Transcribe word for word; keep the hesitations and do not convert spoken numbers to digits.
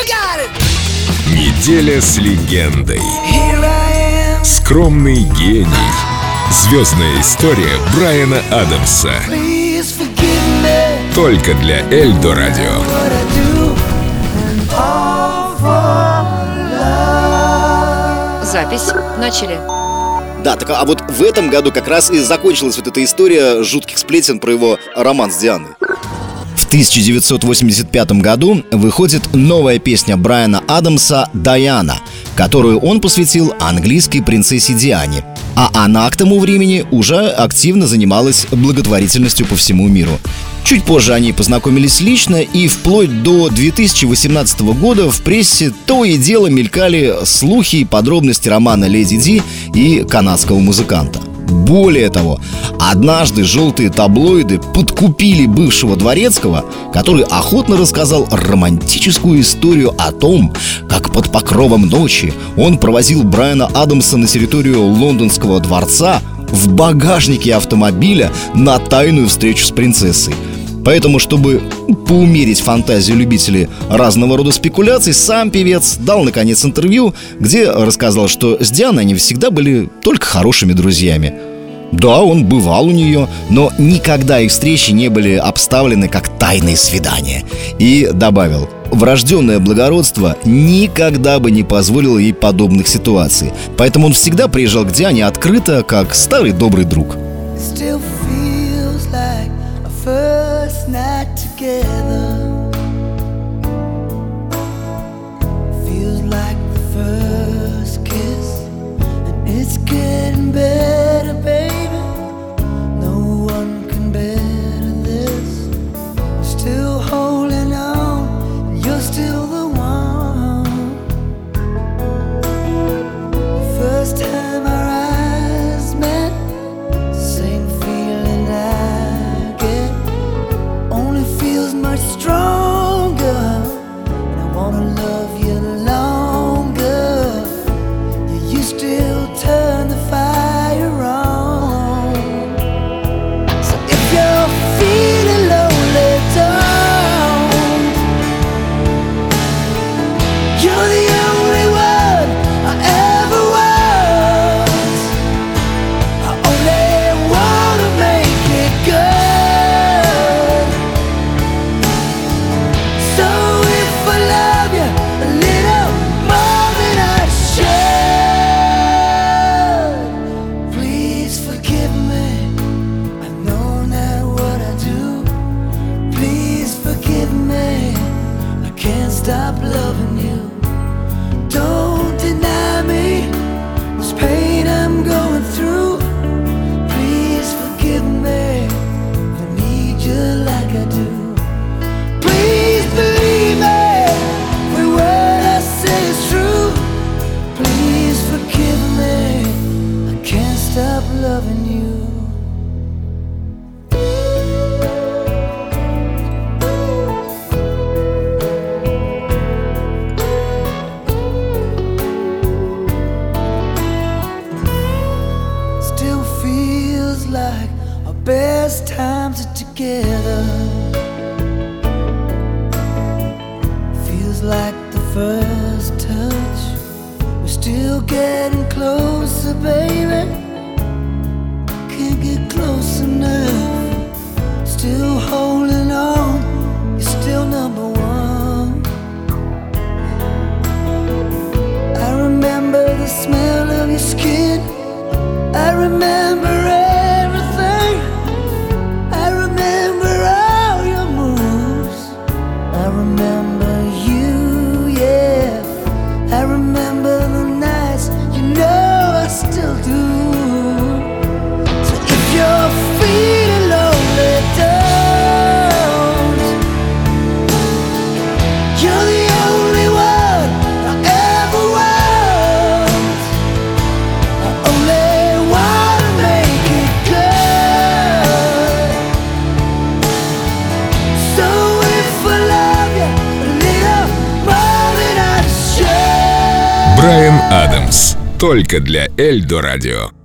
Неделя с легендой. Скромный гений. Звездная история Брайана Адамса. Только для Эльдо Радио. Запись начали. Да, так а вот в этом году как раз и закончилась вот эта история жутких сплетен про его роман с Дианой. В тысяча девятьсот восемьдесят пятом году выходит новая песня Брайана Адамса «Дайана», которую он посвятил английской принцессе Диане. А она к тому времени уже активно занималась благотворительностью по всему миру. Чуть позже они познакомились лично, и вплоть до две тысячи восемнадцатого года в прессе то и дело мелькали слухи и подробности романа Леди Ди и канадского музыканта. Более того, однажды желтые таблоиды подкупили бывшего дворецкого, который охотно рассказал романтическую историю о том, как под покровом ночи он провозил Брайана Адамса на территорию лондонского дворца в багажнике автомобиля на тайную встречу с принцессой. Поэтому, чтобы поумерить фантазию любителей разного рода спекуляций, сам певец дал, наконец, интервью, где рассказал, что с Дианой они всегда были только хорошими друзьями. Да, он бывал у нее, но никогда их встречи не были обставлены как тайные свидания. И добавил: врожденное благородство никогда бы не позволило ей подобных ситуаций. Поэтому он всегда приезжал к Диане открыто, как старый добрый друг. First night together feels like the first kiss, and it's getting better, baby. No one can better this. Still holding on, and you're still the one. The first time our eyes met, same feeling I much stronger, and I wanna love you longer. Yeah, you still turn the fire on. So if you're feeling lonely, don't. You're the only one I ever was. I only wanna make it good. Stop loving you. Don't deny me this pain I'm going through. Please forgive me. I need you like I do. Please believe me. Every word I say is true. Please forgive me. I can't stop loving you. Like our best times are together. Feels like the first touch. We're still getting closer, baby. Can't get close enough. Still holding on. You're still number one. I remember the smell of your skin. I remember everything. I remember all your moves. I remember you, yeah. I remember the nights, you know I still do. So if you're feeling lonely, don't. You're the only one I ever was. I only wanna make it good. So if I love you a little more than I should. Брайан Адамс. Только для Эльдо Радио.